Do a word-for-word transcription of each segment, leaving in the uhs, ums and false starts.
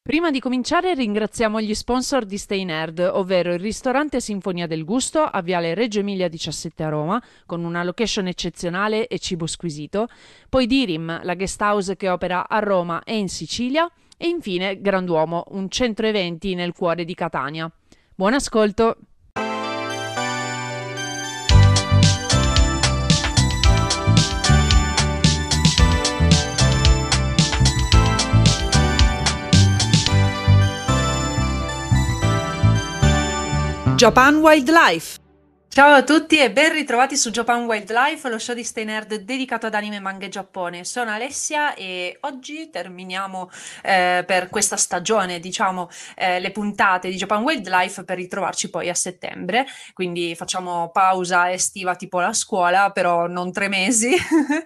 Prima di cominciare ringraziamo gli sponsor di Stay Nerd, ovvero il ristorante Sinfonia del Gusto a Viale Reggio Emilia diciassette a Roma, con una location eccezionale e cibo squisito, poi Dirim, la guest house che opera a Roma e in Sicilia, e infine Granduomo, un centro eventi nel cuore di Catania. Buon ascolto! Japan Wildlife. Ciao a tutti e ben ritrovati su Japan Wildlife, lo show di Stay Nerd dedicato ad anime, manga e Giappone. Sono Alessia e oggi terminiamo eh, per questa stagione, diciamo, eh, le puntate di Japan Wildlife per ritrovarci poi a settembre. Quindi facciamo pausa estiva tipo la scuola, però non tre mesi.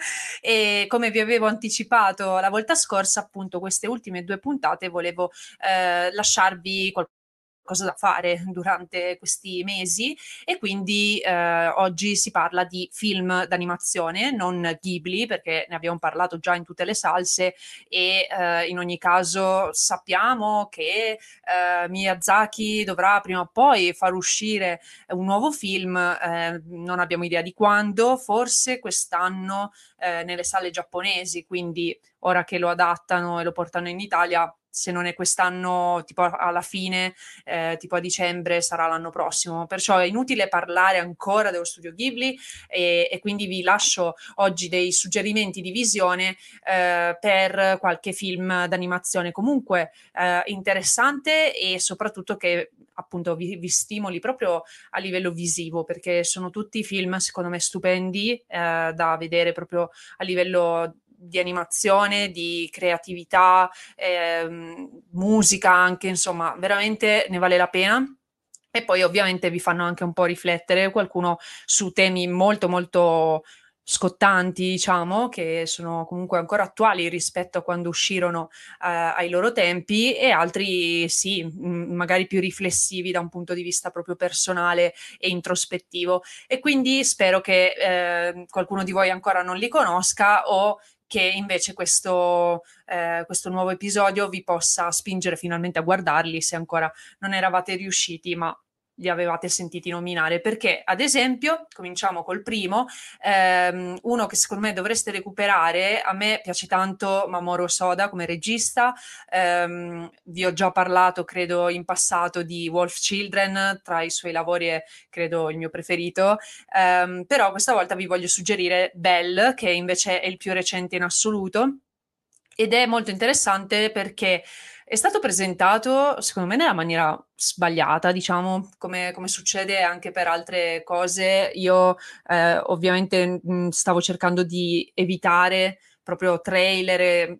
E come vi avevo anticipato la volta scorsa, appunto, queste ultime due puntate volevo eh, lasciarvi qualcosa cosa da fare durante questi mesi e quindi eh, oggi si parla di film d'animazione, non Ghibli, perché ne abbiamo parlato già in tutte le salse e eh, in ogni caso sappiamo che eh, Miyazaki dovrà prima o poi far uscire un nuovo film, eh, non abbiamo idea di quando, forse quest'anno eh, nelle sale giapponesi, quindi ora che lo adattano e lo portano in Italia, se non è quest'anno, tipo alla fine, eh, tipo a dicembre, sarà l'anno prossimo. Perciò è inutile parlare ancora dello studio Ghibli e, e quindi vi lascio oggi dei suggerimenti di visione eh, per qualche film d'animazione comunque eh, interessante e soprattutto che appunto vi, vi stimoli proprio a livello visivo, perché sono tutti film secondo me stupendi eh, da vedere proprio a livello di animazione, di creatività, ehm, musica anche, insomma, veramente ne vale la pena. E poi ovviamente vi fanno anche un po' riflettere qualcuno su temi molto molto scottanti, diciamo, che sono comunque ancora attuali rispetto a quando uscirono eh, ai loro tempi, e altri sì, mh, magari più riflessivi da un punto di vista proprio personale e introspettivo. E quindi spero che eh, qualcuno di voi ancora non li conosca o che invece questo, eh, questo nuovo episodio vi possa spingere finalmente a guardarli se ancora non eravate riusciti, ma li avevate sentiti nominare. Perché, ad esempio, cominciamo col primo, ehm, uno che secondo me dovreste recuperare. A me piace tanto Mamoru Soda come regista, ehm, vi ho già parlato, credo, in passato di Wolf Children, tra i suoi lavori è, credo, il mio preferito. Um, però questa volta vi voglio suggerire Belle, che invece è il più recente in assoluto, ed è molto interessante perché è stato presentato, secondo me, nella maniera sbagliata, diciamo, come, come succede anche per altre cose. Io eh, ovviamente mh, stavo cercando di evitare proprio trailer,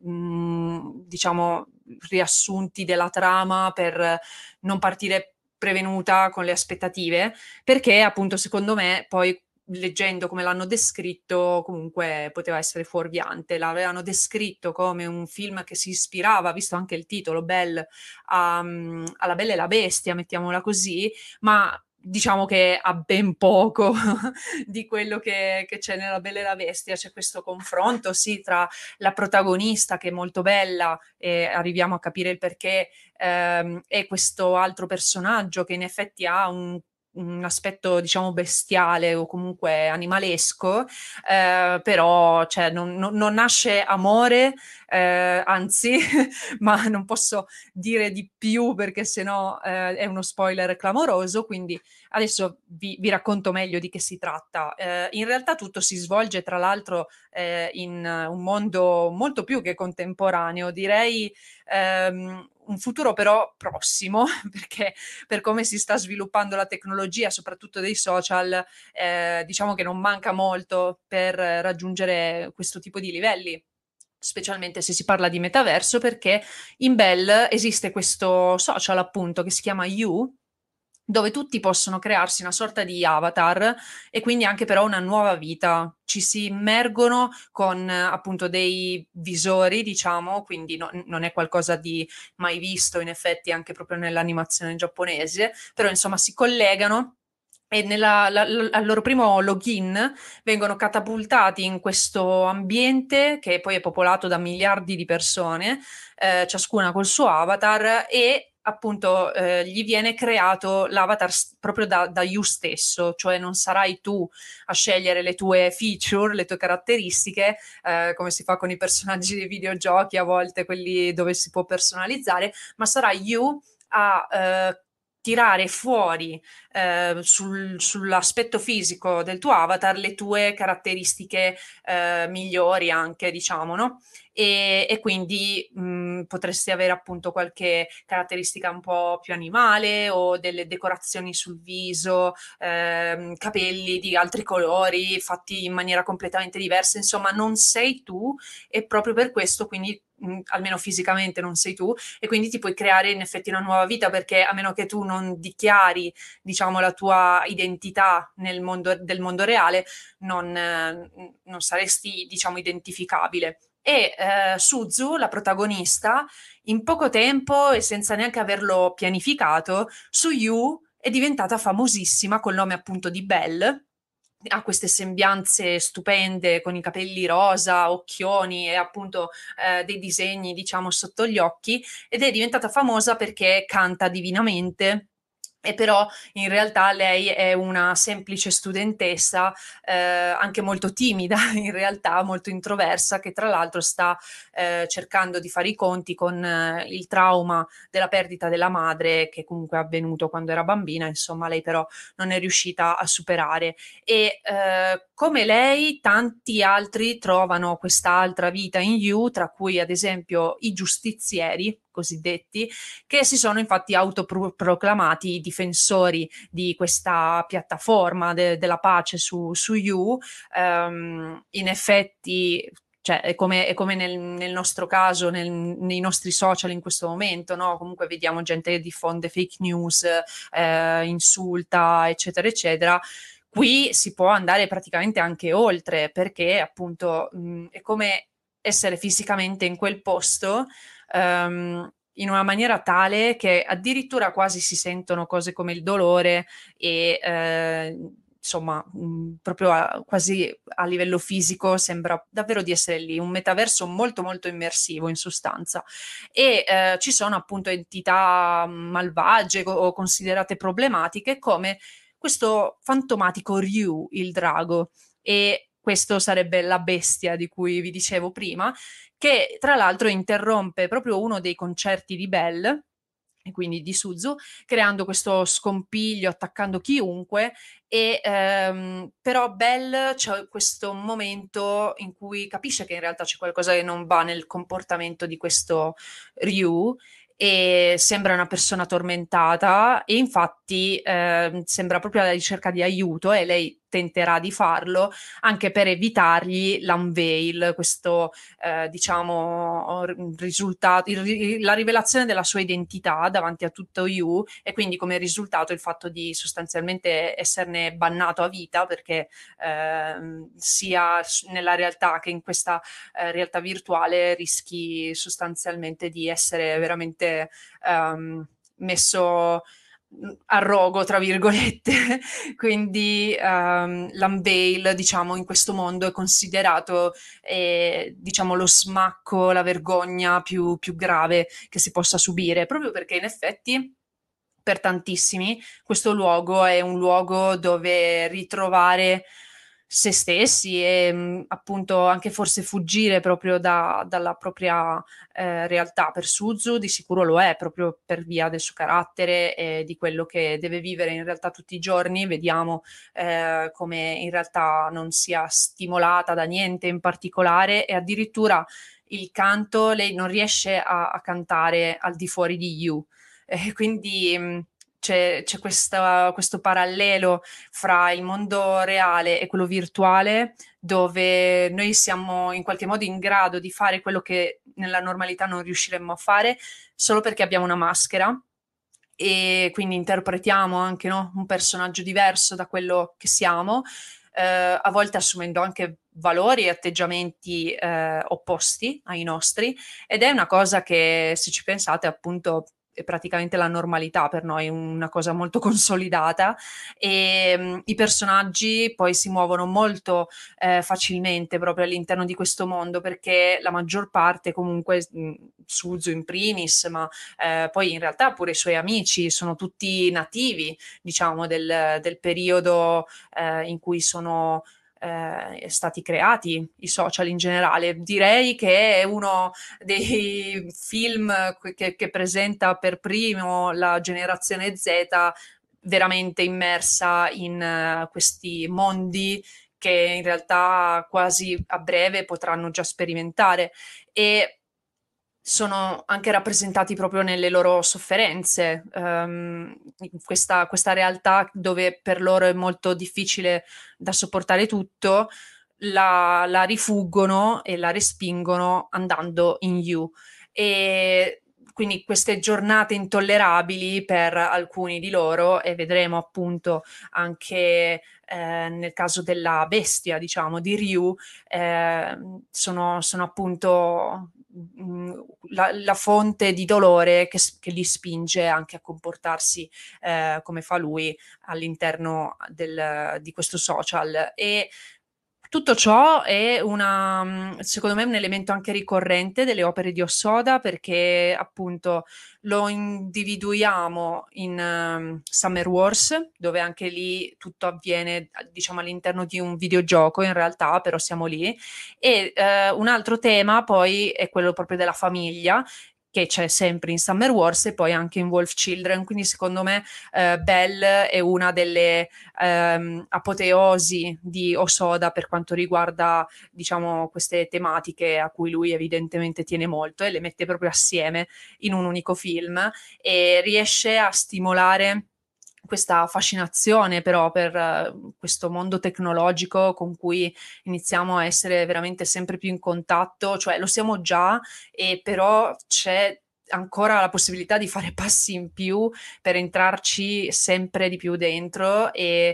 mh, diciamo, riassunti della trama per non partire prevenuta con le aspettative, perché appunto secondo me poi leggendo come l'hanno descritto comunque poteva essere fuorviante. L'avevano descritto come un film che si ispirava, visto anche il titolo Belle, a, alla Bella e la Bestia, mettiamola così, ma diciamo che ha ben poco di quello che, che c'è nella Bella e la Bestia. C'è questo confronto sì tra la protagonista, che è molto bella e arriviamo a capire il perché, ehm, e questo altro personaggio che in effetti ha un un aspetto diciamo bestiale o comunque animalesco, eh, però cioè, non, non, non nasce amore, eh, anzi, ma non posso dire di più perché sennò eh, è uno spoiler clamoroso, quindi adesso vi, vi racconto meglio di che si tratta. Eh, in realtà tutto si svolge tra l'altro eh, in un mondo molto più che contemporaneo, direi ehm, un futuro però prossimo, perché per come si sta sviluppando la tecnologia, soprattutto dei social, eh, diciamo che non manca molto per raggiungere questo tipo di livelli, specialmente se si parla di metaverso, perché in Bell esiste questo social appunto che si chiama You, dove tutti possono crearsi una sorta di avatar e quindi anche però una nuova vita. Ci si immergono con eh, appunto dei visori, diciamo, quindi no- non è qualcosa di mai visto in effetti anche proprio nell'animazione giapponese, però insomma si collegano e nella, la- la- al loro primo login vengono catapultati in questo ambiente che poi è popolato da miliardi di persone, eh, ciascuna col suo avatar, e appunto eh, gli viene creato l'avatar s- proprio da, da You stesso, cioè non sarai tu a scegliere le tue feature, le tue caratteristiche, eh, come si fa con i personaggi dei videogiochi, a volte quelli dove si può personalizzare, ma sarai You a eh, tirare fuori eh, sul- sull'aspetto fisico del tuo avatar le tue caratteristiche eh, migliori anche, diciamo, no? E, e quindi mh, potresti avere appunto qualche caratteristica un po' più animale o delle decorazioni sul viso, ehm, capelli di altri colori fatti in maniera completamente diversa, insomma, non sei tu e proprio per questo, quindi mh, almeno fisicamente non sei tu e quindi ti puoi creare in effetti una nuova vita perché a meno che tu non dichiari diciamo, la tua identità nel mondo, del mondo reale, non, eh, non saresti, diciamo, identificabile. E eh, Suzu, la protagonista, in poco tempo e senza neanche averlo pianificato, su You è diventata famosissima col nome appunto di Belle. Ha queste sembianze stupende con i capelli rosa, occhioni e appunto eh, dei disegni, diciamo, sotto gli occhi ed è diventata famosa perché canta divinamente. E però in realtà lei è una semplice studentessa, eh, anche molto timida, in realtà molto introversa, che tra l'altro sta eh, cercando di fare i conti con eh, il trauma della perdita della madre, che comunque è avvenuto quando era bambina, insomma, lei però non è riuscita a superare. E eh, come lei, tanti altri trovano quest'altra vita in You, tra cui ad esempio i giustizieri cosiddetti, che si sono infatti autoproclamati difensori di questa piattaforma de- della pace su, su You. Um, in effetti cioè, è come, è come nel, nel, nostro caso, nel, nei nostri social in questo momento, no? Comunque vediamo gente che diffonde fake news, eh, insulta, eccetera, eccetera. Qui si può andare praticamente anche oltre, perché appunto mh, è come essere fisicamente in quel posto, um, in una maniera tale che addirittura quasi si sentono cose come il dolore e eh, insomma, mh, proprio a, quasi a livello fisico sembra davvero di essere lì, un metaverso molto molto immersivo in sostanza. E eh, ci sono appunto entità malvagie o, o considerate problematiche come questo fantomatico Ryu, il drago, e questo sarebbe la bestia di cui vi dicevo prima, che tra l'altro interrompe proprio uno dei concerti di Belle, e quindi di Suzu, creando questo scompiglio, attaccando chiunque, e ehm, però Belle c'è questo momento in cui capisce che in realtà c'è qualcosa che non va nel comportamento di questo Ryu e sembra una persona tormentata e infatti eh, sembra proprio alla ricerca di aiuto e lei tenterà di farlo anche per evitargli l'unveil, questo eh, diciamo risultato, il, la rivelazione della sua identità davanti a tutto You e quindi come risultato il fatto di sostanzialmente esserne bannato a vita perché eh, sia nella realtà che in questa eh, realtà virtuale rischi sostanzialmente di essere veramente ehm, messo a rogo, tra virgolette, quindi um, l'unveil, diciamo, in questo mondo è considerato, eh, diciamo, lo smacco, la vergogna più, più grave che si possa subire, proprio perché in effetti per tantissimi questo luogo è un luogo dove ritrovare se stessi e mh, appunto anche forse fuggire proprio da- dalla propria eh, realtà. Per Suzu di sicuro lo è, proprio per via del suo carattere e di quello che deve vivere in realtà tutti i giorni. Vediamo eh, come in realtà non sia stimolata da niente in particolare e addirittura il canto, lei non riesce a, a cantare al di fuori di You. Eh, quindi mh, c'è, c'è questa- questo parallelo fra il mondo reale e quello virtuale, dove noi siamo in qualche modo in grado di fare quello che nella normalità non riusciremmo a fare solo perché abbiamo una maschera e quindi interpretiamo anche no, un personaggio diverso da quello che siamo, eh, a volte assumendo anche valori e atteggiamenti eh, opposti ai nostri ed è una cosa che se ci pensate appunto è praticamente la normalità per noi, una cosa molto consolidata, e mh, i personaggi poi si muovono molto eh, facilmente proprio all'interno di questo mondo, perché la maggior parte comunque, mh, Suzu in primis, ma eh, poi in realtà pure i suoi amici sono tutti nativi, diciamo, del, del periodo eh, in cui sono eh, stati creati i social in generale. Direi che è uno dei film che, che presenta per primo la generazione Z veramente immersa in uh, questi mondi che in realtà quasi a breve potranno già sperimentare, e sono anche rappresentati proprio nelle loro sofferenze, um, in questa, questa realtà dove per loro è molto difficile da sopportare tutto, la, la rifuggono e la respingono andando in You. E quindi queste giornate intollerabili per alcuni di loro, e vedremo appunto anche eh, nel caso della bestia, diciamo, di Ryu, eh, sono, sono appunto mh, la, la fonte di dolore che, che li spinge anche a comportarsi eh, come fa lui all'interno del, di questo social. E tutto ciò è una, secondo me, un elemento anche ricorrente delle opere di Hosoda, perché appunto lo individuiamo in um, Summer Wars, dove anche lì tutto avviene, diciamo, all'interno di un videogioco, in realtà, però siamo lì. E eh, un altro tema poi è quello proprio della famiglia, che c'è sempre in Summer Wars e poi anche in Wolf Children. Quindi secondo me eh, Belle è una delle ehm, apoteosi di Hosoda per quanto riguarda, diciamo, queste tematiche a cui lui evidentemente tiene molto, e le mette proprio assieme in un unico film, e riesce a stimolare questa fascinazione però per uh, questo mondo tecnologico con cui iniziamo a essere veramente sempre più in contatto, cioè lo siamo già, e però c'è ancora la possibilità di fare passi in più per entrarci sempre di più dentro, e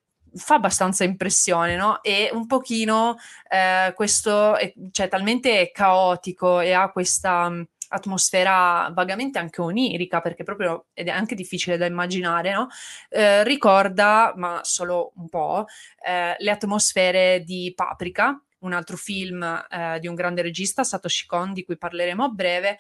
fa abbastanza impressione, no? E un pochino eh, questo è, cioè, talmente caotico e ha questa mh, atmosfera vagamente anche onirica, perché proprio ed è anche difficile da immaginare, no? Eh, ricorda, ma solo un po', eh, le atmosfere di Paprika, un altro film eh, di un grande regista, Satoshi Kon, di cui parleremo a breve,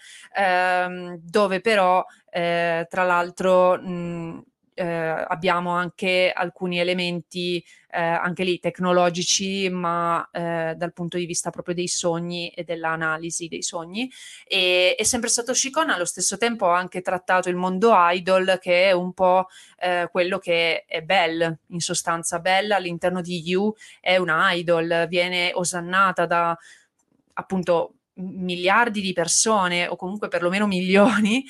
ehm, dove però, eh, tra l'altro, mh, eh, abbiamo anche alcuni elementi, eh, anche lì tecnologici, ma eh, dal punto di vista proprio dei sogni e dell'analisi dei sogni. E, e sempre Satoshi Kon allo stesso tempo ha anche trattato il mondo idol, che è un po' eh, quello che è Belle, in sostanza. Belle all'interno di You è una idol, viene osannata da appunto miliardi di persone, o comunque perlomeno milioni,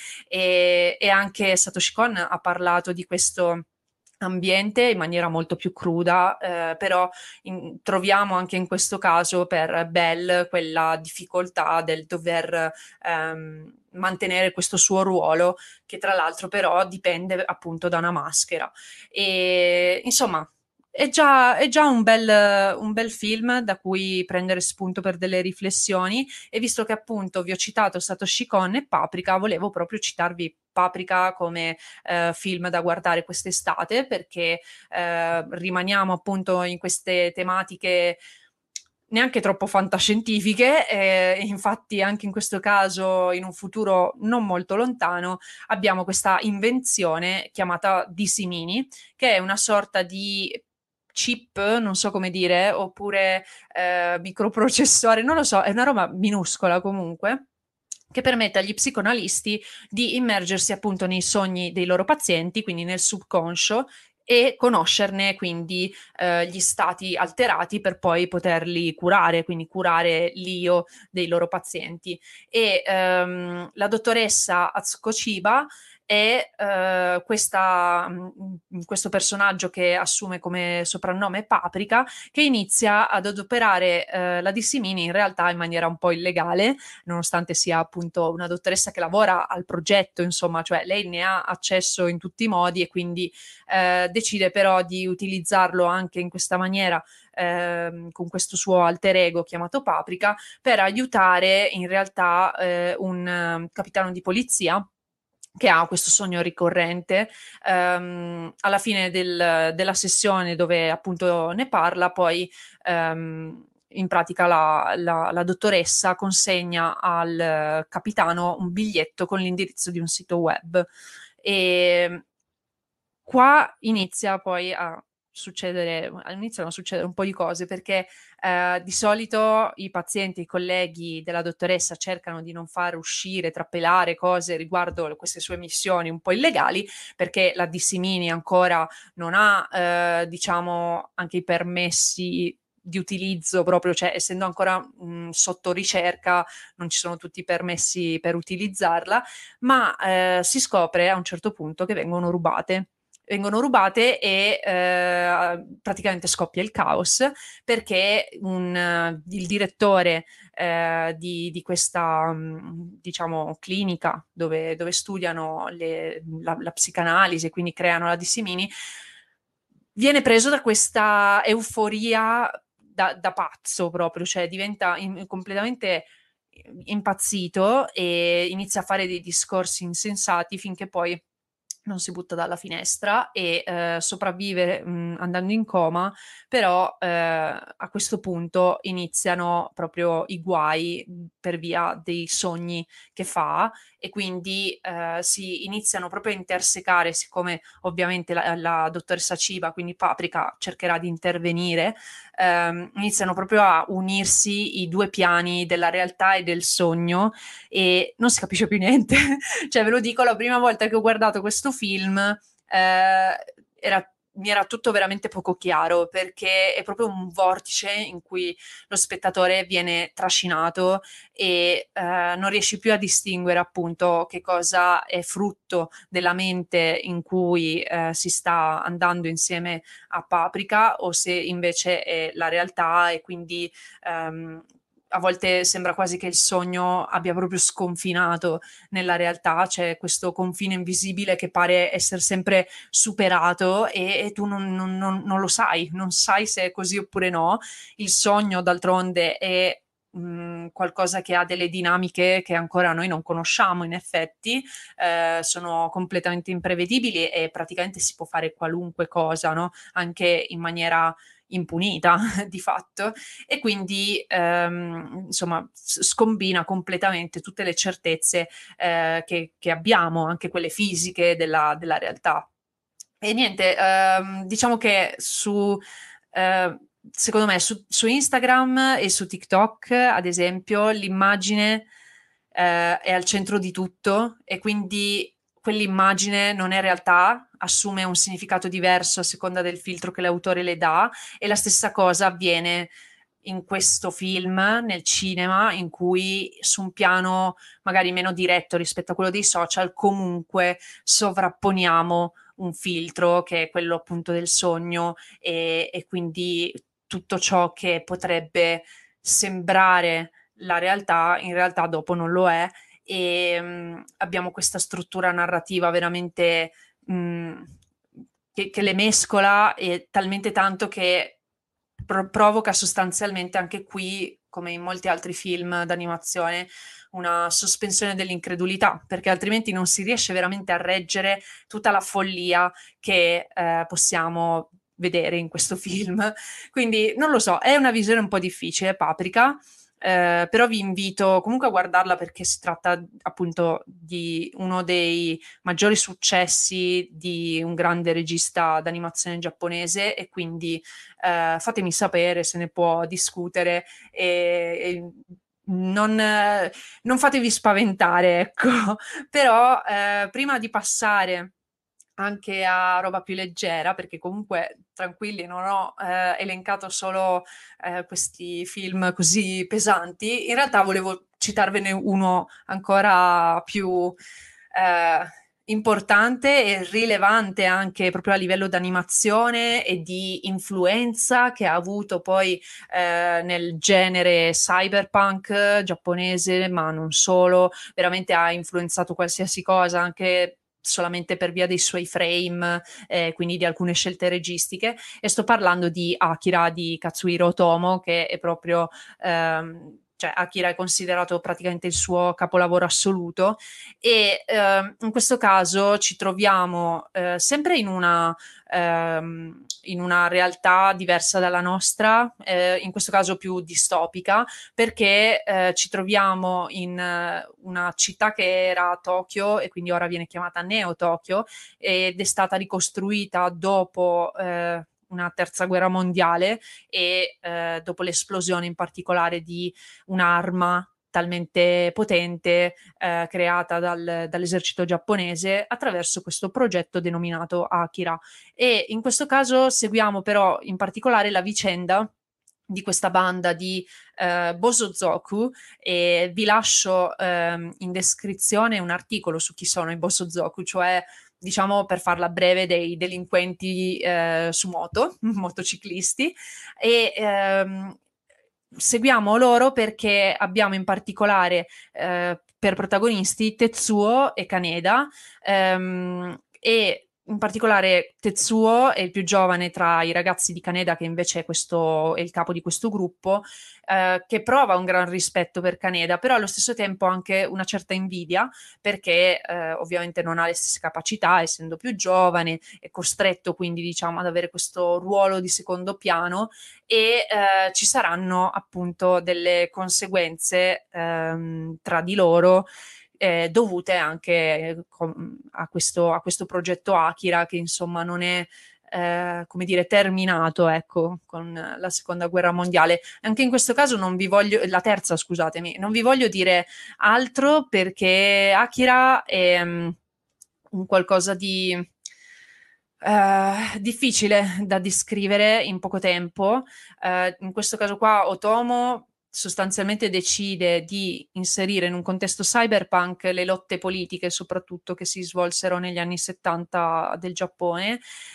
e, e anche Satoshi Kon ha parlato di questo ambiente in maniera molto più cruda, eh, però in, troviamo anche in questo caso per Belle quella difficoltà del dover ehm, mantenere questo suo ruolo, che tra l'altro però dipende appunto da una maschera. E insomma, è già, è già un bel, un bel film da cui prendere spunto per delle riflessioni, e visto che appunto vi ho citato Satoshi Kon e Paprika, volevo proprio citarvi Paprika come eh, film da guardare quest'estate, perché eh, rimaniamo appunto in queste tematiche neanche troppo fantascientifiche, e infatti anche in questo caso, in un futuro non molto lontano, abbiamo questa invenzione chiamata D C Mini, che è una sorta di chip, non so come dire, oppure eh, microprocessore, non lo so, è una roba minuscola comunque, che permette agli psicoanalisti di immergersi appunto nei sogni dei loro pazienti, quindi nel subconscio, e conoscerne quindi eh, gli stati alterati per poi poterli curare, quindi curare l'io dei loro pazienti. E ehm, la dottoressa Atsuko Chiba è eh, questa, mh, questo personaggio che assume come soprannome Paprika, che inizia ad adoperare eh, la dissimini in realtà in maniera un po' illegale, nonostante sia appunto una dottoressa che lavora al progetto, insomma, cioè lei ne ha accesso in tutti i modi, e quindi eh, decide però di utilizzarlo anche in questa maniera, eh, con questo suo alter ego chiamato Paprika, per aiutare in realtà eh, un um, capitano di polizia che ha questo sogno ricorrente. Um, alla fine del, della sessione dove appunto ne parla, poi um, in pratica la, la, la dottoressa consegna al capitano un biglietto con l'indirizzo di un sito web, e qua inizia poi a succedere, iniziano a succedere un po' di cose, perché eh, di solito i pazienti, i colleghi della dottoressa cercano di non far uscire, trapelare cose riguardo queste sue missioni un po' illegali, perché la Dissimini ancora non ha, eh, diciamo, anche i permessi di utilizzo proprio, cioè essendo ancora mh, sotto ricerca non ci sono tutti i permessi per utilizzarla, ma eh, si scopre a un certo punto che vengono rubate vengono rubate e eh, praticamente scoppia il caos, perché un, uh, il direttore eh, di, di questa um, diciamo clinica dove, dove studiano le, la, la psicanalisi e quindi creano la Dissimini, viene preso da questa euforia da, da pazzo proprio, cioè diventa in, completamente impazzito e inizia a fare dei discorsi insensati finché poi non si butta dalla finestra e eh, sopravvive mh, andando in coma, però eh, a questo punto iniziano proprio i guai mh, per via dei sogni che fa, e quindi eh, si iniziano proprio a intersecare, siccome ovviamente la, la dottoressa Ciba, quindi Paprika, cercherà di intervenire, ehm, iniziano proprio a unirsi i due piani della realtà e del sogno, e non si capisce più niente. Cioè, ve lo dico, la prima volta che ho guardato questo film eh, era, mi era tutto veramente poco chiaro, perché è proprio un vortice in cui lo spettatore viene trascinato e eh, non riesci più a distinguere appunto che cosa è frutto della mente in cui eh, si sta andando insieme a Paprika, o se invece è la realtà, e quindi ehm, a volte sembra quasi che il sogno abbia proprio sconfinato nella realtà, c'è questo confine invisibile che pare essere sempre superato, e, e tu non, non, non, non lo sai, non sai se è così oppure no. Il sogno, d'altronde, è mh, qualcosa che ha delle dinamiche che ancora noi non conosciamo, in effetti, eh, sono completamente imprevedibili e praticamente si può fare qualunque cosa, no? Anche in maniera impunita di fatto, e quindi ehm, insomma scombina completamente tutte le certezze eh, che, che abbiamo, anche quelle fisiche della, della realtà. E niente, ehm, diciamo che su eh, secondo me su, su Instagram e su TikTok, ad esempio, l'immagine eh, è al centro di tutto, e quindi quell'immagine non è realtà, assume un significato diverso a seconda del filtro che l'autore le dà, e la stessa cosa avviene in questo film, nel cinema, in cui su un piano magari meno diretto rispetto a quello dei social, comunque sovrapponiamo un filtro che è quello appunto del sogno, e, e quindi tutto ciò che potrebbe sembrare la realtà, in realtà dopo non lo è, e mh, abbiamo questa struttura narrativa veramente mh, che, che le mescola, e talmente tanto che pro- provoca sostanzialmente anche qui, come in molti altri film d'animazione, una sospensione dell'incredulità, perché altrimenti non si riesce veramente a reggere tutta la follia che eh, possiamo vedere in questo film. Quindi non lo so, è una visione un po' difficile, Paprika. Eh, però vi invito comunque a guardarla, perché si tratta appunto di uno dei maggiori successi di un grande regista d'animazione giapponese, e quindi eh, fatemi sapere, se ne può discutere, e, e non, eh, non fatevi spaventare, ecco. Però eh, prima di passare anche a roba più leggera, perché comunque tranquilli, non ho eh, elencato solo eh, questi film così pesanti, in realtà volevo citarvene uno ancora più eh, importante e rilevante anche proprio a livello d'animazione e di influenza che ha avuto poi eh, nel genere cyberpunk giapponese, ma non solo, veramente ha influenzato qualsiasi cosa, anche solamente per via dei suoi frame, eh, quindi di alcune scelte registiche, e sto parlando di Akira di Katsuhiro Otomo, che è proprio ehm, cioè Akira è considerato praticamente il suo capolavoro assoluto e eh, in questo caso ci troviamo eh, sempre in una, ehm, in una realtà diversa dalla nostra, eh, in questo caso più distopica, perché eh, ci troviamo in eh, una città che era Tokyo e quindi ora viene chiamata Neo Tokyo ed è stata ricostruita dopo eh, una terza guerra mondiale e eh, dopo l'esplosione in particolare di un'arma talmente potente eh, creata dal, dall'esercito giapponese attraverso questo progetto denominato Akira. E in questo caso seguiamo però in particolare la vicenda di questa banda di eh, Bosozoku e vi lascio ehm, in descrizione un articolo su chi sono i Bosozoku, cioè diciamo per farla breve dei delinquenti eh, su moto, motociclisti e ehm, seguiamo loro perché abbiamo in particolare eh, per protagonisti Tetsuo e Kaneda ehm, e in particolare Tetsuo è il più giovane tra i ragazzi di Kaneda, che invece è, questo, è il capo di questo gruppo, eh, che prova un gran rispetto per Kaneda, però allo stesso tempo anche una certa invidia, perché eh, ovviamente non ha le stesse capacità, essendo più giovane, è costretto quindi diciamo ad avere questo ruolo di secondo piano e eh, ci saranno appunto delle conseguenze ehm, tra di loro eh, dovute anche eh, com- a questo, a questo progetto Akira che insomma non è eh, come dire terminato ecco con la seconda guerra mondiale. Anche in questo caso non vi voglio, la terza scusatemi, non vi voglio dire altro perché Akira è um, un qualcosa di Uh, difficile da descrivere in poco tempo. Uh, in questo caso qua Otomo sostanzialmente decide di inserire in un contesto cyberpunk le lotte politiche, soprattutto che si svolsero negli anni settanta del Giappone.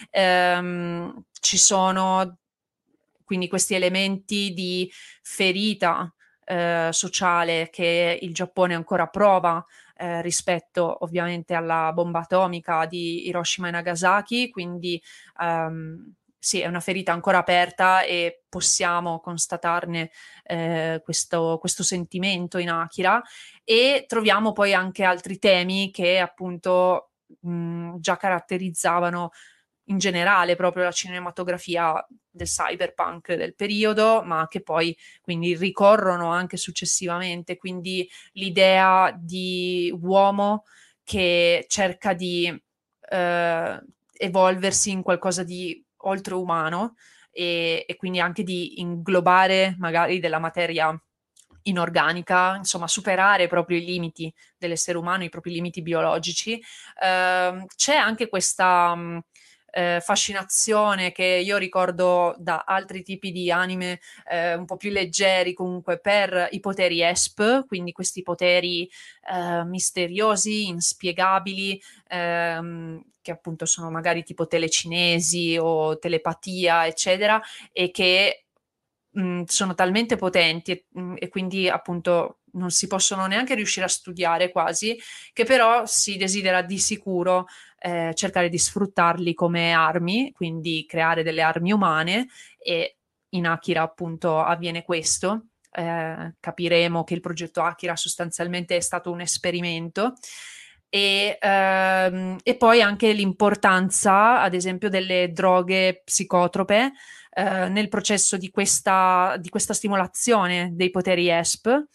Um, ci sono quindi questi elementi di ferita uh, sociale che il Giappone ancora prova eh, rispetto ovviamente alla bomba atomica di Hiroshima e Nagasaki, quindi um, sì, è una ferita ancora aperta e possiamo constatarne eh, questo, questo sentimento in Akira e troviamo poi anche altri temi che appunto mh, già caratterizzavano in generale proprio la cinematografia del cyberpunk del periodo, ma che poi quindi ricorrono anche successivamente, quindi l'idea di uomo che cerca di eh, evolversi in qualcosa di oltreumano e, e quindi anche di inglobare magari della materia inorganica, insomma superare proprio i limiti dell'essere umano, i propri limiti biologici. Eh, c'è anche questa mh, eh, fascinazione che io ricordo da altri tipi di anime eh, un po' più leggeri comunque per i poteri E S P, quindi questi poteri eh, misteriosi, inspiegabili, ehm, che appunto sono magari tipo telecinesi o telepatia, eccetera, e che mh, sono talmente potenti e, mh, e quindi appunto non si possono neanche riuscire a studiare quasi, che però si desidera di sicuro eh, cercare di sfruttarli come armi, quindi creare delle armi umane e in Akira appunto avviene questo. Eh, capiremo che il progetto Akira sostanzialmente è stato un esperimento e, ehm, e poi anche l'importanza, ad esempio, delle droghe psicotrope eh, nel processo di questa, di questa stimolazione dei poteri E S P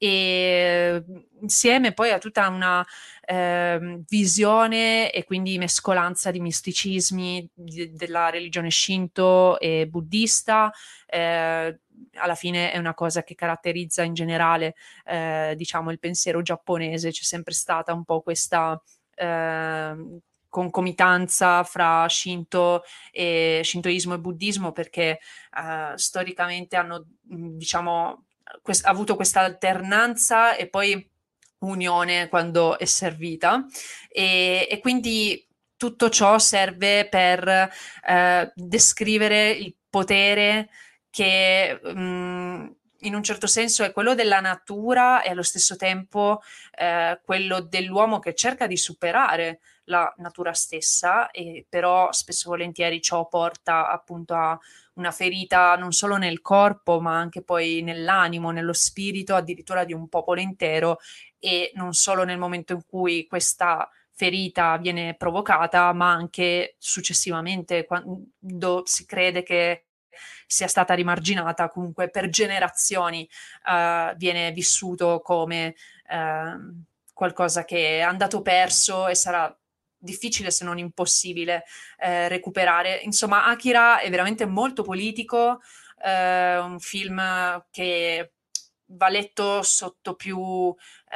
e insieme poi a tutta una eh, visione e quindi mescolanza di misticismi di, della religione shinto e buddista. Eh, alla fine è una cosa che caratterizza in generale eh, diciamo il pensiero giapponese, c'è sempre stata un po' questa eh, concomitanza fra Shinto e Shintoismo e buddismo perché eh, storicamente hanno diciamo quest- avuto questa alternanza e poi unione quando è servita e, e quindi tutto ciò serve per eh, descrivere il potere che mh, in un certo senso è quello della natura e allo stesso tempo eh, quello dell'uomo che cerca di superare la natura stessa, e però spesso e volentieri ciò porta appunto a una ferita non solo nel corpo, ma anche poi nell'animo, nello spirito, addirittura di un popolo intero, e non solo nel momento in cui questa ferita viene provocata, ma anche successivamente, quando si crede che sia stata rimarginata, comunque per generazioni uh, viene vissuto come uh, qualcosa che è andato perso e sarà difficile se non impossibile eh, recuperare. Insomma, Akira è veramente molto politico, eh, un film che va letto sotto più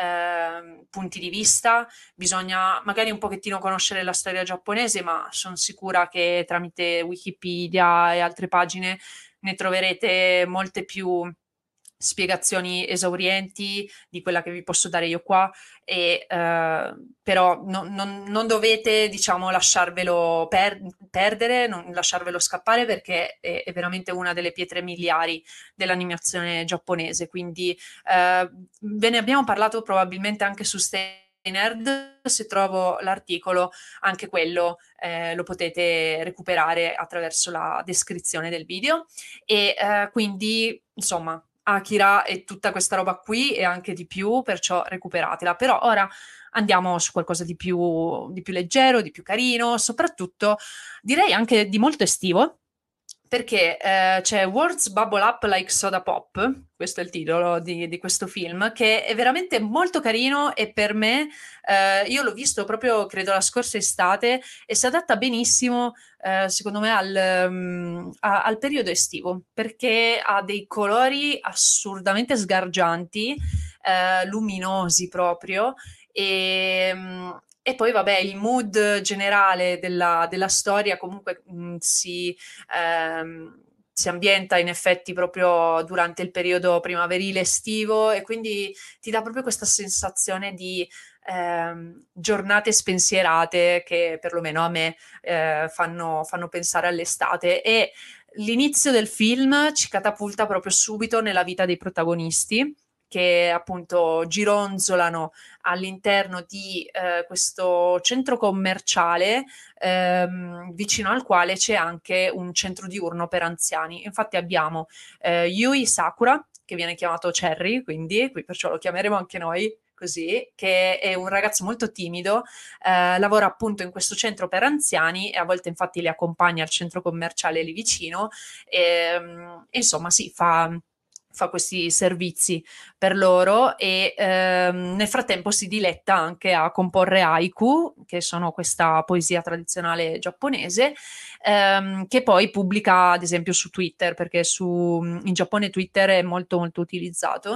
eh, punti di vista. Bisogna magari un pochettino conoscere la storia giapponese, ma sono sicura che tramite Wikipedia e altre pagine ne troverete molte più spiegazioni esaurienti di quella che vi posso dare io qua, e eh, però no, non, non dovete, diciamo, lasciarvelo per, perdere, non lasciarvelo scappare, perché è, è veramente una delle pietre miliari dell'animazione giapponese. Quindi eh, ve ne abbiamo parlato probabilmente anche su Stay Nerd. Se trovo l'articolo, anche quello eh, lo potete recuperare attraverso la descrizione del video. E eh, quindi, insomma, Akira e tutta questa roba qui e anche di più, perciò recuperatela. Però ora andiamo su qualcosa di più, di più leggero, di più carino, soprattutto direi anche di molto estivo, perché eh, c'è Words Bubble Up Like Soda Pop, questo è il titolo di, di questo film, che è veramente molto carino, e per me, eh, io l'ho visto proprio, credo, la scorsa estate, e si adatta benissimo, eh, secondo me, al, um, a- al periodo estivo, perché ha dei colori assurdamente sgargianti, eh, luminosi proprio, e, um, e poi, vabbè, il mood generale della, della storia comunque mh, si, ehm, si ambienta in effetti proprio durante il periodo primaverile estivo, e quindi ti dà proprio questa sensazione di ehm, giornate spensierate che perlomeno a me eh, fanno, fanno pensare all'estate. E l'inizio del film ci catapulta proprio subito nella vita dei protagonisti, che appunto gironzolano all'interno di eh, questo centro commerciale, ehm, vicino al quale c'è anche un centro diurno per anziani. Infatti abbiamo eh, Yui Sakura, che viene chiamato Cherry, quindi qui perciò lo chiameremo anche noi così, che è un ragazzo molto timido, eh, lavora appunto in questo centro per anziani, e a volte infatti li accompagna al centro commerciale lì vicino, e, e insomma sì, fa fa questi servizi per loro, e ehm, nel frattempo si diletta anche a comporre haiku, che sono questa poesia tradizionale giapponese, ehm, che poi pubblica ad esempio su Twitter, perché su, in Giappone Twitter è molto molto utilizzato.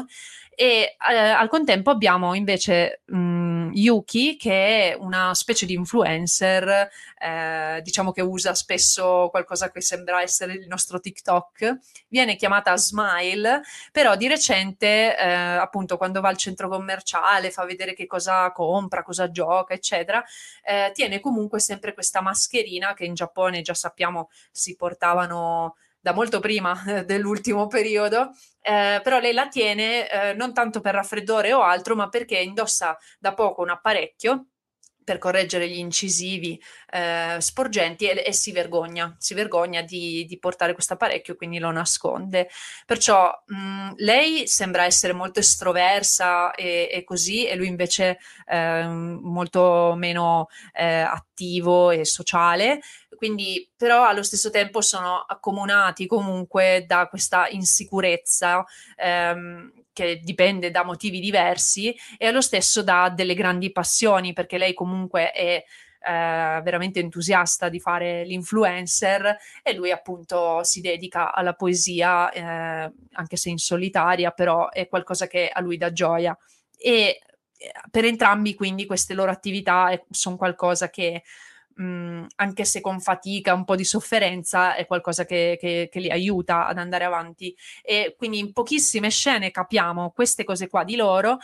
E eh, al contempo abbiamo invece mh, Yuki, che è una specie di influencer, eh, diciamo che usa spesso qualcosa che sembra essere il nostro TikTok. Viene chiamata Smile, però di recente, eh, appunto, quando va al centro commerciale, fa vedere che cosa compra, cosa gioca, eccetera, eh, tiene comunque sempre questa mascherina che in Giappone già sappiamo si portavano da molto prima eh, dell'ultimo periodo, eh, però lei la tiene eh, non tanto per raffreddore o altro, ma perché indossa da poco un apparecchio per correggere gli incisivi eh, sporgenti, e, e si vergogna, si vergogna di, di portare questo apparecchio, quindi lo nasconde. Perciò mh, lei sembra essere molto estroversa e, e così, e lui invece eh, molto meno eh, attivo e sociale. Quindi, però, allo stesso tempo sono accomunati comunque da questa insicurezza ehm, che dipende da motivi diversi, e allo stesso da delle grandi passioni, perché lei comunque è eh, veramente entusiasta di fare l'influencer, e lui appunto si dedica alla poesia, eh, anche se in solitaria, però è qualcosa che a lui dà gioia. E eh, per entrambi quindi queste loro attività sono qualcosa che mh, anche se con fatica, un po' di sofferenza, è qualcosa che, che, che li aiuta ad andare avanti. E quindi in pochissime scene capiamo queste cose qua di loro,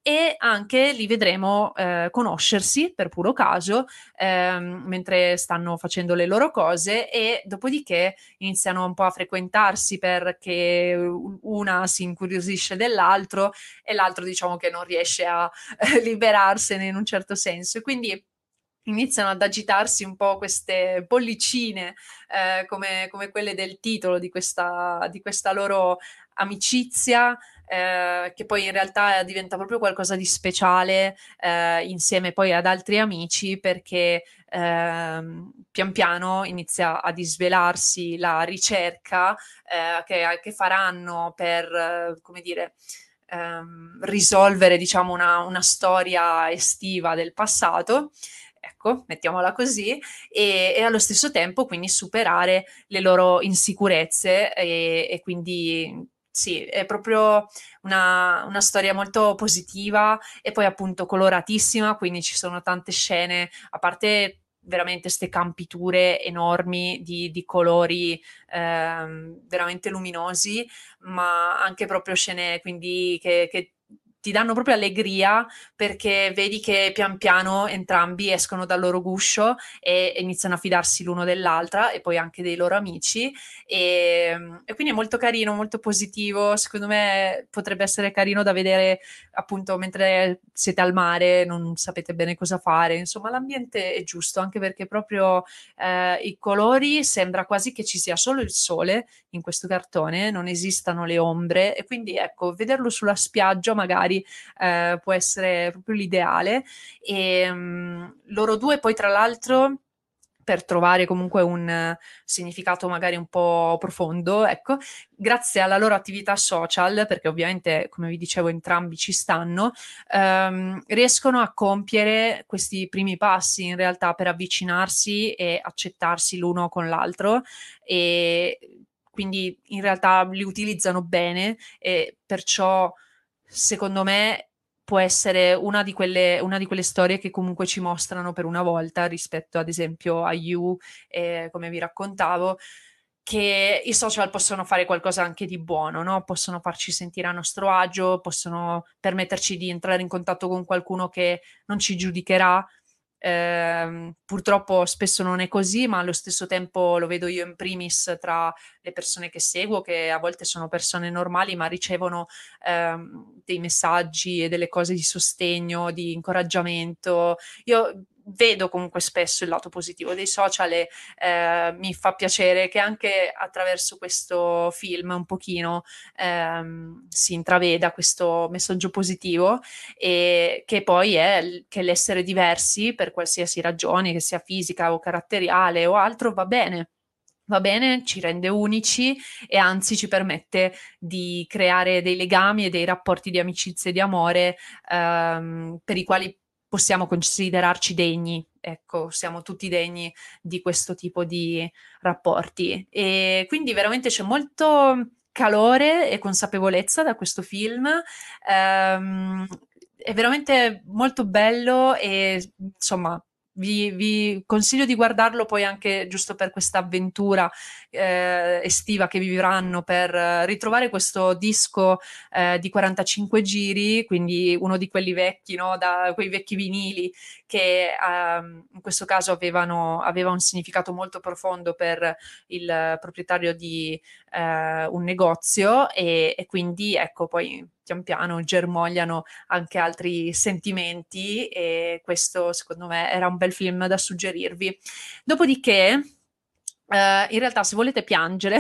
e anche li vedremo eh, conoscersi per puro caso ehm, mentre stanno facendo le loro cose, e dopodiché iniziano un po' a frequentarsi perché una si incuriosisce dell'altro e l'altro diciamo che non riesce a eh, liberarsene in un certo senso, e quindi iniziano ad agitarsi un po' queste bollicine, eh, come, come quelle del titolo di questa, di questa loro amicizia, eh, che poi in realtà diventa proprio qualcosa di speciale, eh, insieme poi ad altri amici, perché ehm, pian piano inizia a disvelarsi la ricerca eh, che, che faranno per, eh, come dire, ehm, risolvere, diciamo, una, una storia estiva del passato. Ecco, mettiamola così, e, e allo stesso tempo quindi superare le loro insicurezze, e, e quindi sì, è proprio una, una storia molto positiva e poi appunto coloratissima, quindi ci sono tante scene, a parte veramente ste campiture enormi di, di colori ehm, veramente luminosi, ma anche proprio scene quindi che, che ti danno proprio allegria, perché vedi che pian piano entrambi escono dal loro guscio e, e iniziano a fidarsi l'uno dell'altra e poi anche dei loro amici, e, e quindi è molto carino, molto positivo. Secondo me potrebbe essere carino da vedere appunto mentre siete al mare, non sapete bene cosa fare, insomma l'ambiente è giusto, anche perché proprio eh, i colori sembra quasi che ci sia solo il sole in questo cartone, non esistano le ombre, e quindi ecco, vederlo sulla spiaggia magari eh, può essere proprio l'ideale. E um, loro due poi tra l'altro, per trovare comunque un uh, significato magari un po' profondo, ecco, grazie alla loro attività social, perché ovviamente come vi dicevo entrambi ci stanno, ehm, riescono a compiere questi primi passi in realtà per avvicinarsi e accettarsi l'uno con l'altro, e quindi in realtà li utilizzano bene, e perciò secondo me può essere una di quelle, una di quelle storie che comunque ci mostrano per una volta, rispetto ad esempio a You, eh, come vi raccontavo, che i social possono fare qualcosa anche di buono, no? Possono farci sentire a nostro agio, possono permetterci di entrare in contatto con qualcuno che non ci giudicherà. Ehm, purtroppo spesso non è così, ma allo stesso tempo lo vedo io in primis tra le persone che seguo, che a volte sono persone normali, ma ricevono ehm, dei messaggi e delle cose di sostegno, di incoraggiamento. Io vedo comunque spesso il lato positivo dei social, e eh, mi fa piacere che anche attraverso questo film un pochino ehm, si intraveda questo messaggio positivo, e che poi è l- che l'essere diversi per qualsiasi ragione, che sia fisica o caratteriale o altro, va bene. Va bene, ci rende unici e anzi ci permette di creare dei legami e dei rapporti di amicizia e di amore ehm, per i quali possiamo considerarci degni. Ecco, siamo tutti degni di questo tipo di rapporti. E quindi veramente c'è molto calore e consapevolezza da questo film. Ehm, è veramente molto bello, e insomma vi, vi consiglio di guardarlo poi anche giusto per questa avventura eh, estiva che vivranno, per eh, ritrovare questo disco eh, di quarantacinque giri, quindi uno di quelli vecchi, no? Da quei vecchi vinili che ehm, in questo caso avevano, aveva un significato molto profondo per il proprietario di eh, un negozio, e, e quindi ecco poi pian piano germogliano anche altri sentimenti, e questo secondo me era un bel film da suggerirvi. Dopodiché, eh, in realtà se volete piangere,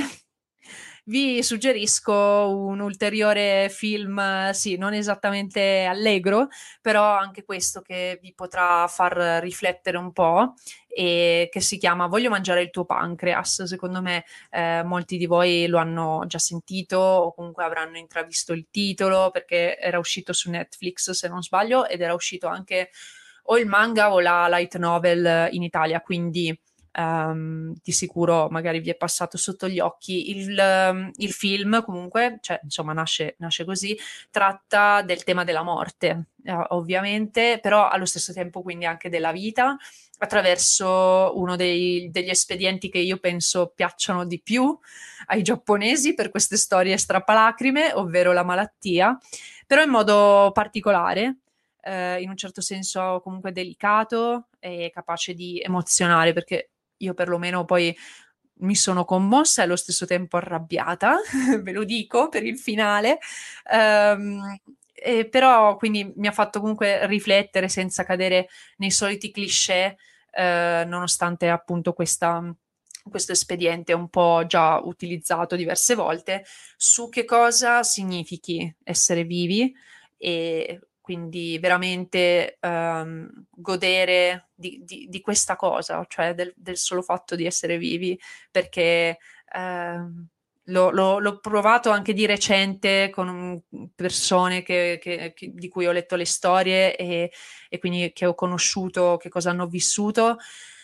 vi suggerisco un ulteriore film, eh, sì, non esattamente allegro, però anche questo che vi potrà far riflettere un po', e che si chiama Voglio mangiare il tuo pancreas. Secondo me eh, molti di voi lo hanno già sentito o comunque avranno intravisto il titolo, perché era uscito su Netflix se non sbaglio, ed era uscito anche o il manga o la light novel in Italia, quindi um, di sicuro magari vi è passato sotto gli occhi. Il, um, il film comunque, cioè, insomma, nasce, nasce così, tratta del tema della morte, eh, ovviamente, però allo stesso tempo quindi anche della vita, attraverso uno dei, degli espedienti che io penso piacciono di più ai giapponesi per queste storie strappalacrime, ovvero la malattia. però in modo particolare, eh, in un certo senso comunque delicato e capace di emozionare, perché io perlomeno poi mi sono commossa e allo stesso tempo arrabbiata, ve lo dico, per il finale. Ehm, e però quindi mi ha fatto comunque riflettere senza cadere nei soliti cliché, eh, nonostante appunto questa, questo espediente un po' già utilizzato diverse volte, su che cosa significhi essere vivi e quindi veramente ehm, godere di, di- di questa cosa, cioè del, del solo fatto di essere vivi, perché ehm, l'ho, l'ho- l'ho provato anche di recente con un- persone che- che- che- di cui ho letto le storie e, e quindi che ho conosciuto, che cosa hanno vissuto.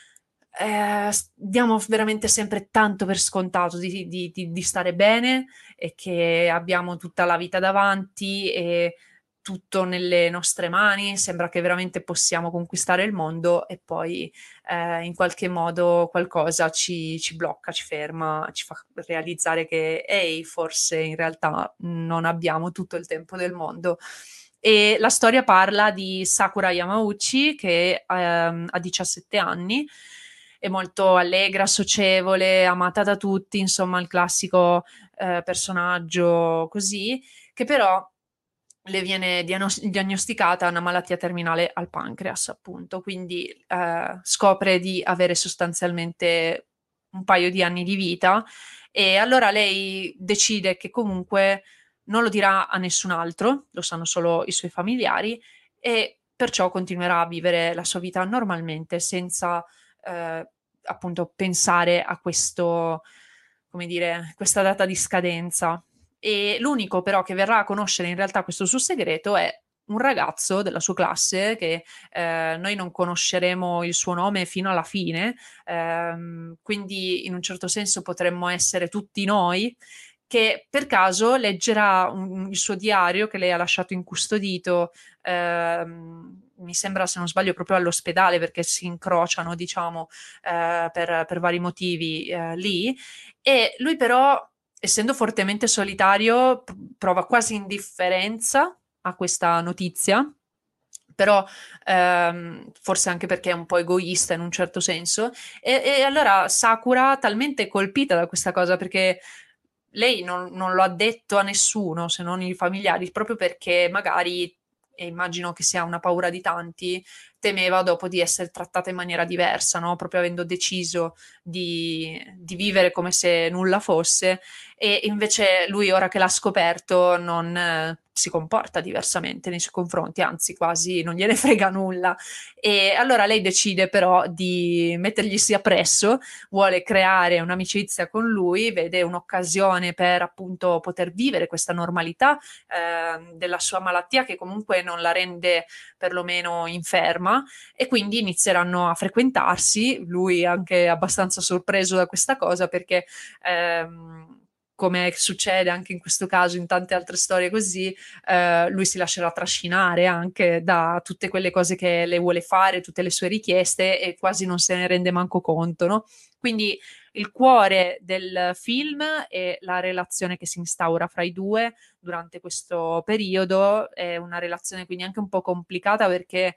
Eh, s- diamo veramente sempre tanto per scontato di, di- di- di stare bene e che abbiamo tutta la vita davanti e tutto nelle nostre mani, sembra che veramente possiamo conquistare il mondo e poi eh, in qualche modo qualcosa ci, ci blocca, ci ferma, ci fa realizzare che, ehi, forse in realtà non abbiamo tutto il tempo del mondo. E la storia parla di Sakura Yamauchi che ehm, ha diciassette anni, è molto allegra, socievole, amata da tutti, insomma il classico eh, personaggio così, che però le viene diagnos- diagnosticata una malattia terminale al pancreas, appunto, quindi eh, scopre di avere sostanzialmente un paio di anni di vita e allora lei decide che comunque non lo dirà a nessun altro, lo sanno solo i suoi familiari e perciò continuerà a vivere la sua vita normalmente senza eh, appunto pensare a questo, come dire, questa data di scadenza. E l'unico però che verrà a conoscere in realtà questo suo segreto è un ragazzo della sua classe che eh, noi non conosceremo il suo nome fino alla fine, ehm, quindi in un certo senso potremmo essere tutti noi che per caso leggerà un- il suo diario che lei ha lasciato incustodito, ehm, mi sembra se non sbaglio proprio all'ospedale perché si incrociano, diciamo, eh, per, per vari motivi eh, lì. E lui però, essendo fortemente solitario, p- prova quasi indifferenza a questa notizia. Però ehm, forse anche perché è un po' egoista in un certo senso, e, e allora Sakura, talmente colpita da questa cosa, perché lei non, non lo ha detto a nessuno se non i familiari, proprio perché magari, e immagino che sia una paura di tanti, temeva dopo di essere trattata in maniera diversa, no? Proprio avendo deciso di, di vivere come se nulla fosse, e invece lui, ora che l'ha scoperto, non eh, si comporta diversamente nei suoi confronti, anzi, quasi non gliene frega nulla. E allora lei decide però di metterglisi appresso, vuole creare un'amicizia con lui, vede un'occasione per appunto poter vivere questa normalità eh, della sua malattia che comunque non la rende perlomeno inferma e quindi inizieranno a frequentarsi, lui anche abbastanza sorpreso da questa cosa perché ehm, come succede anche in questo caso, in tante altre storie così, eh, lui si lascerà trascinare anche da tutte quelle cose che le vuole fare, tutte le sue richieste e quasi non se ne rende manco conto, no? Quindi il cuore del film è la relazione che si instaura fra i due durante questo periodo, è una relazione quindi anche un po' complicata perché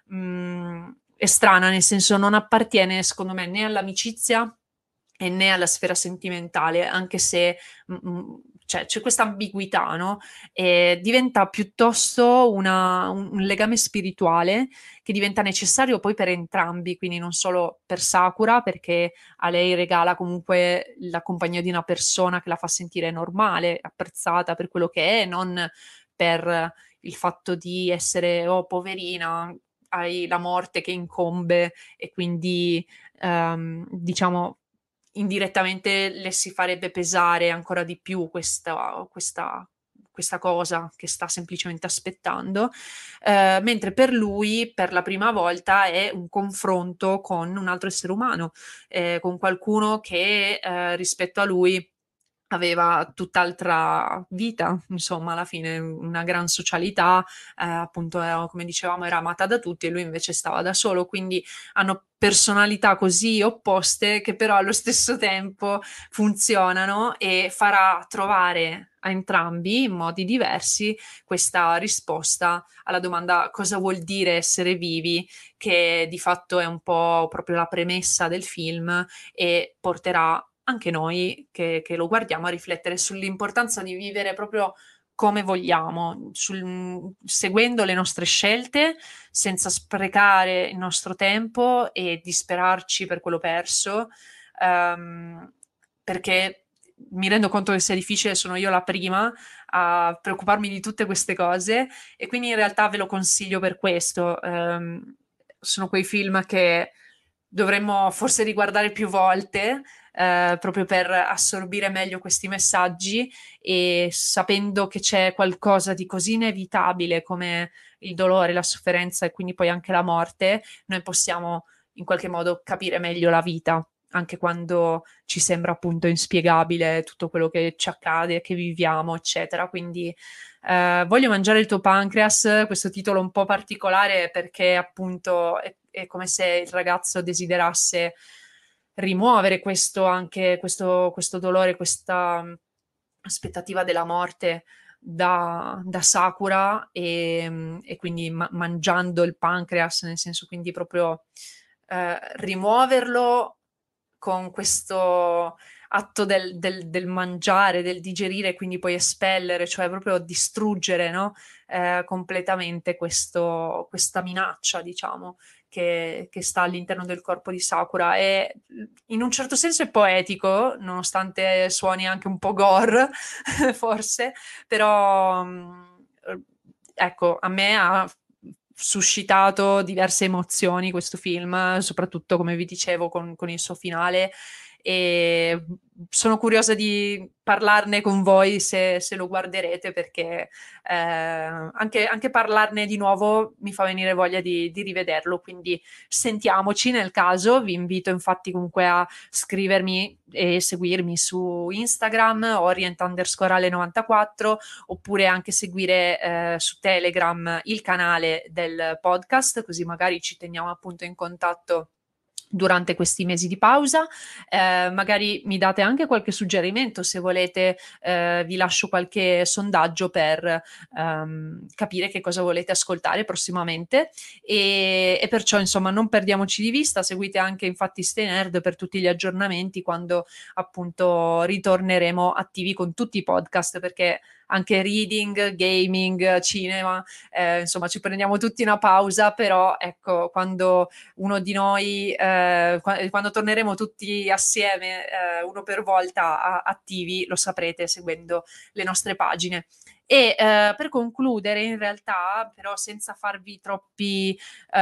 mh, è strana, nel senso non appartiene secondo me né all'amicizia e né alla sfera sentimentale, anche se mh, mh, cioè, c'è questa ambiguità, no? E diventa piuttosto una- un, un legame spirituale che diventa necessario poi per entrambi, quindi non solo per Sakura, perché a lei regala comunque la compagnia di una persona che la fa sentire normale, apprezzata per quello che è, non per il fatto di essere, oh, poverina, hai la morte che incombe e quindi, ehm, diciamo, indirettamente le si farebbe pesare ancora di più questa, questa, questa cosa che sta semplicemente aspettando, eh, mentre per lui per la prima volta è un confronto con un altro essere umano, eh, con qualcuno che eh, rispetto a lui aveva tutt'altra vita, insomma, alla fine una gran socialità, eh, appunto, eh, come dicevamo, era amata da tutti e lui invece stava da solo, quindi hanno personalità così opposte che però allo stesso tempo funzionano e farà trovare a entrambi in modi diversi questa risposta alla domanda cosa vuol dire essere vivi, che di fatto è un po' proprio la premessa del film e porterà anche noi che, che lo guardiamo a riflettere sull'importanza di vivere proprio come vogliamo, sul- seguendo le nostre scelte, senza sprecare il nostro tempo e disperarci per quello perso, ehm, perché mi rendo conto che sia difficile, sono io la prima a preoccuparmi di tutte queste cose e quindi in realtà ve lo consiglio per questo. Ehm, sono quei film che dovremmo forse riguardare più volte, eh, proprio per assorbire meglio questi messaggi e sapendo che c'è qualcosa di così inevitabile come il dolore, la sofferenza e quindi poi anche la morte, noi possiamo in qualche modo capire meglio la vita, anche quando ci sembra appunto inspiegabile tutto quello che ci accade, che viviamo, eccetera. Quindi eh, voglio mangiare il tuo pancreas, questo titolo un po' particolare perché appunto è, è come se il ragazzo desiderasse rimuovere questo anche questo, questo dolore, questa mh, aspettativa della morte da, da Sakura e, mh, e quindi ma- mangiando il pancreas, nel senso quindi proprio eh, rimuoverlo con questo atto del, del- del mangiare, del digerire, quindi poi espellere, cioè proprio distruggere, no? Eh, completamente questo- questa minaccia, diciamo, che, che sta all'interno del corpo di Sakura. E in un certo senso è poetico, nonostante suoni anche un po' gore, forse, però mh, ecco, a me ha suscitato diverse emozioni questo film, soprattutto come vi dicevo con, con il suo finale e sono curiosa di parlarne con voi se, se lo guarderete perché eh, anche, anche parlarne di nuovo mi fa venire voglia di, di rivederlo, quindi sentiamoci nel caso, vi invito infatti comunque a scrivermi e seguirmi su Instagram orient underscore ale novantaquattro oppure anche seguire eh, su Telegram il canale del podcast, così magari ci teniamo appunto in contatto durante questi mesi di pausa. Eh, magari mi date anche qualche suggerimento se volete, eh, vi lascio qualche sondaggio per ehm, capire che cosa volete ascoltare prossimamente e, e perciò insomma non perdiamoci di vista, seguite anche infatti Stay Nerd per tutti gli aggiornamenti quando appunto ritorneremo attivi con tutti i podcast perché anche reading, gaming, cinema, eh, insomma ci prendiamo tutti una pausa, però ecco quando uno di noi, eh, quando torneremo tutti assieme, eh, uno per volta a- attivi, lo saprete seguendo le nostre pagine. E eh, per concludere, in realtà, però senza farvi troppi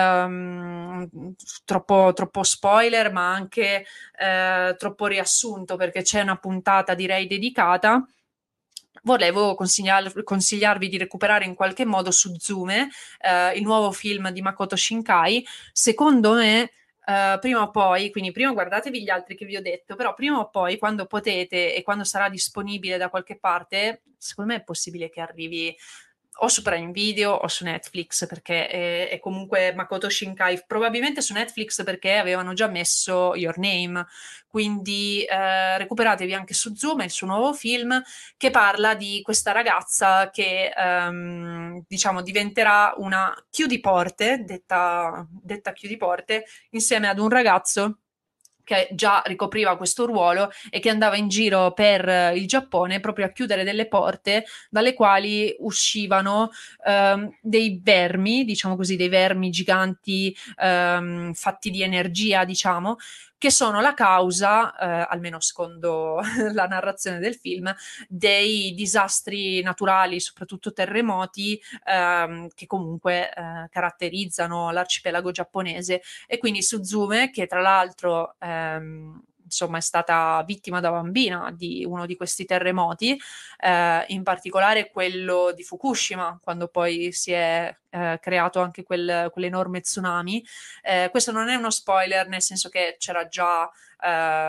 ehm, troppo, troppo spoiler, ma anche eh, troppo riassunto, perché c'è una puntata direi dedicata. Volevo consigliar- consigliarvi di recuperare in qualche modo Suzume, eh, il nuovo film di Makoto Shinkai. Secondo me, eh, prima o poi, quindi prima guardatevi gli altri che vi ho detto, però prima o poi, quando potete e quando sarà disponibile da qualche parte, secondo me è possibile che arrivi o su Prime Video o su Netflix perché è, è comunque Makoto Shinkai, probabilmente su Netflix perché avevano già messo Your Name, quindi eh, recuperatevi anche su Zoom il suo nuovo film che parla di questa ragazza che ehm, diciamo diventerà una chiudiporte, detta, detta chiudiporte, insieme ad un ragazzo che già ricopriva questo ruolo e che andava in giro per eh, il Giappone proprio a chiudere delle porte dalle quali uscivano ehm, dei vermi, diciamo così, dei vermi giganti ehm, fatti di energia, diciamo, che sono la causa, eh, almeno secondo la narrazione del film, dei disastri naturali, soprattutto terremoti, ehm, che comunque eh, caratterizzano l'arcipelago giapponese e quindi Suzume, che tra l'altro ehm, insomma è stata vittima da bambina di uno di questi terremoti, eh, in particolare quello di Fukushima, quando poi si è eh, creato anche quel, quell'enorme tsunami. Eh, questo non è uno spoiler, nel senso che c'era già eh,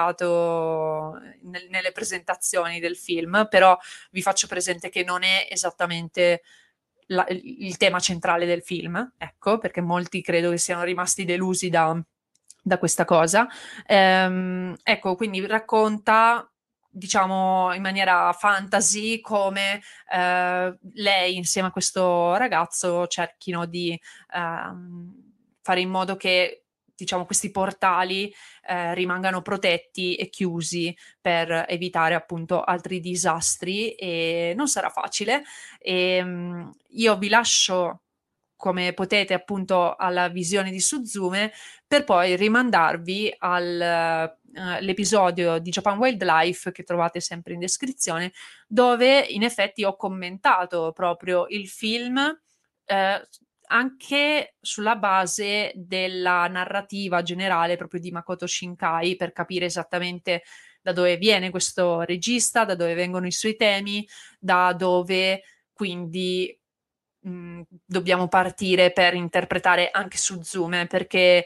indicato nel, nelle presentazioni del film, però vi faccio presente che non è esattamente la, il tema centrale del film, ecco, perché molti credo che siano rimasti delusi da, da questa cosa. Ehm, ecco, quindi racconta, diciamo, in maniera fantasy come eh, lei insieme a questo ragazzo cerchino di ehm, fare in modo che, diciamo, questi portali eh, rimangano protetti e chiusi per evitare appunto altri disastri, e non sarà facile. E, um, io vi lascio, come potete, appunto alla visione di Suzume, per poi rimandarvi all'episodio uh, di Japan Wildlife che trovate sempre in descrizione, dove in effetti ho commentato proprio il film eh, anche sulla base della narrativa generale proprio di Makoto Shinkai, per capire esattamente da dove viene questo regista, da dove vengono i suoi temi, da dove quindi mh, dobbiamo partire per interpretare anche Suzume, perché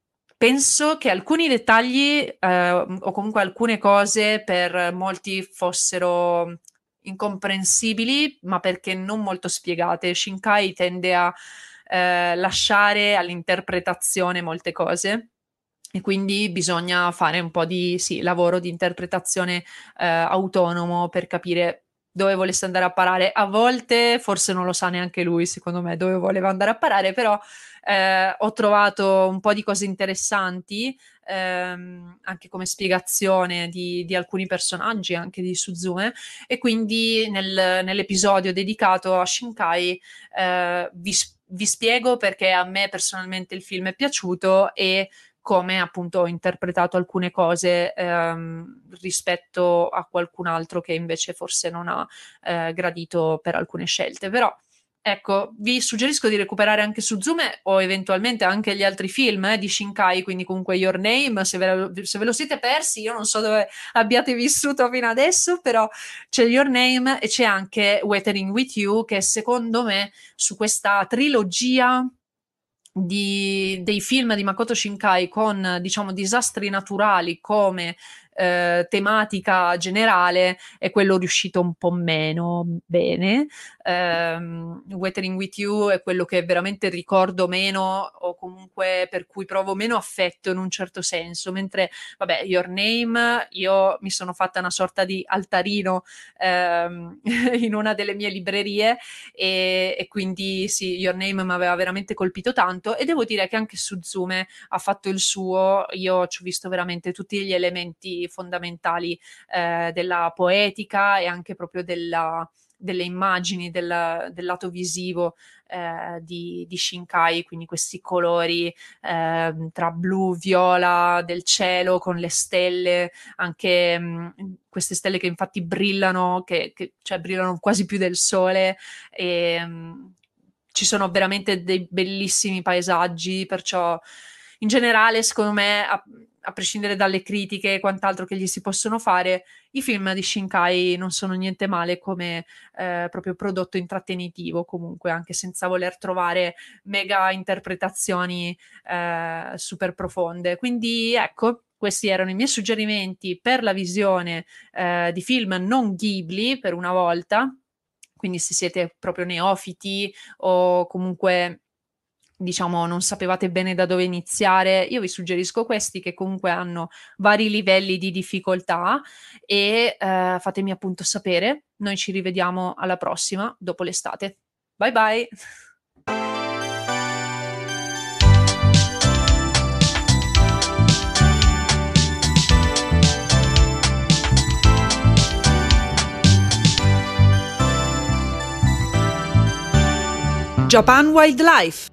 penso che alcuni dettagli eh, o comunque alcune cose per molti fossero incomprensibili, ma perché non molto spiegate. Shinkai tende a eh, lasciare all'interpretazione molte cose, e quindi bisogna fare un po' di sì, lavoro di interpretazione eh, autonomo per capire dove volesse andare a parare. A volte forse non lo sa neanche lui, secondo me, dove voleva andare a parare, però eh, ho trovato un po' di cose interessanti, ehm, anche come spiegazione di, di alcuni personaggi, anche di Suzume, e quindi nel, nell'episodio dedicato a Shinkai eh, vi, vi spiego perché a me personalmente il film è piaciuto e come appunto ho interpretato alcune cose ehm, rispetto a qualcun altro che invece forse non ha eh, gradito per alcune scelte. Però ecco, vi suggerisco di recuperare anche Suzume o eventualmente anche gli altri film eh, di Shinkai, quindi comunque Your Name, se ve, lo, se ve lo siete persi, io non so dove abbiate vissuto fino adesso, però c'è Your Name e c'è anche Weathering with You, che secondo me su questa trilogia Di, dei film di Makoto Shinkai con, diciamo, disastri naturali come eh, tematica generale è quello riuscito un po' meno bene. um, Weathering with You è quello che veramente ricordo meno, o comunque per cui provo meno affetto in un certo senso, mentre vabbè, Your Name, io mi sono fatta una sorta di altarino um, in una delle mie librerie, e, e quindi sì, Your Name mi aveva veramente colpito tanto, e devo dire che anche Suzume ha fatto il suo. Io ci ho visto veramente tutti gli elementi fondamentali eh, della poetica e anche proprio della, delle immagini, del, del lato visivo eh, di, di Shinkai, quindi questi colori eh, tra blu, viola del cielo con le stelle, anche mh, queste stelle che infatti brillano, che, che cioè brillano quasi più del sole, e mh, ci sono veramente dei bellissimi paesaggi, perciò in generale secondo me, a, a prescindere dalle critiche e quant'altro che gli si possono fare, i film di Shinkai non sono niente male come eh, proprio prodotto intrattenitivo, comunque, anche senza voler trovare mega interpretazioni eh, super profonde. Quindi ecco, questi erano i miei suggerimenti per la visione eh, di film non Ghibli per una volta. Quindi se siete proprio neofiti o comunque, diciamo, non sapevate bene da dove iniziare, io vi suggerisco questi, che comunque hanno vari livelli di difficoltà, e eh, fatemi appunto sapere. Noi ci rivediamo alla prossima, dopo l'estate. Bye bye! Japan Wildlife.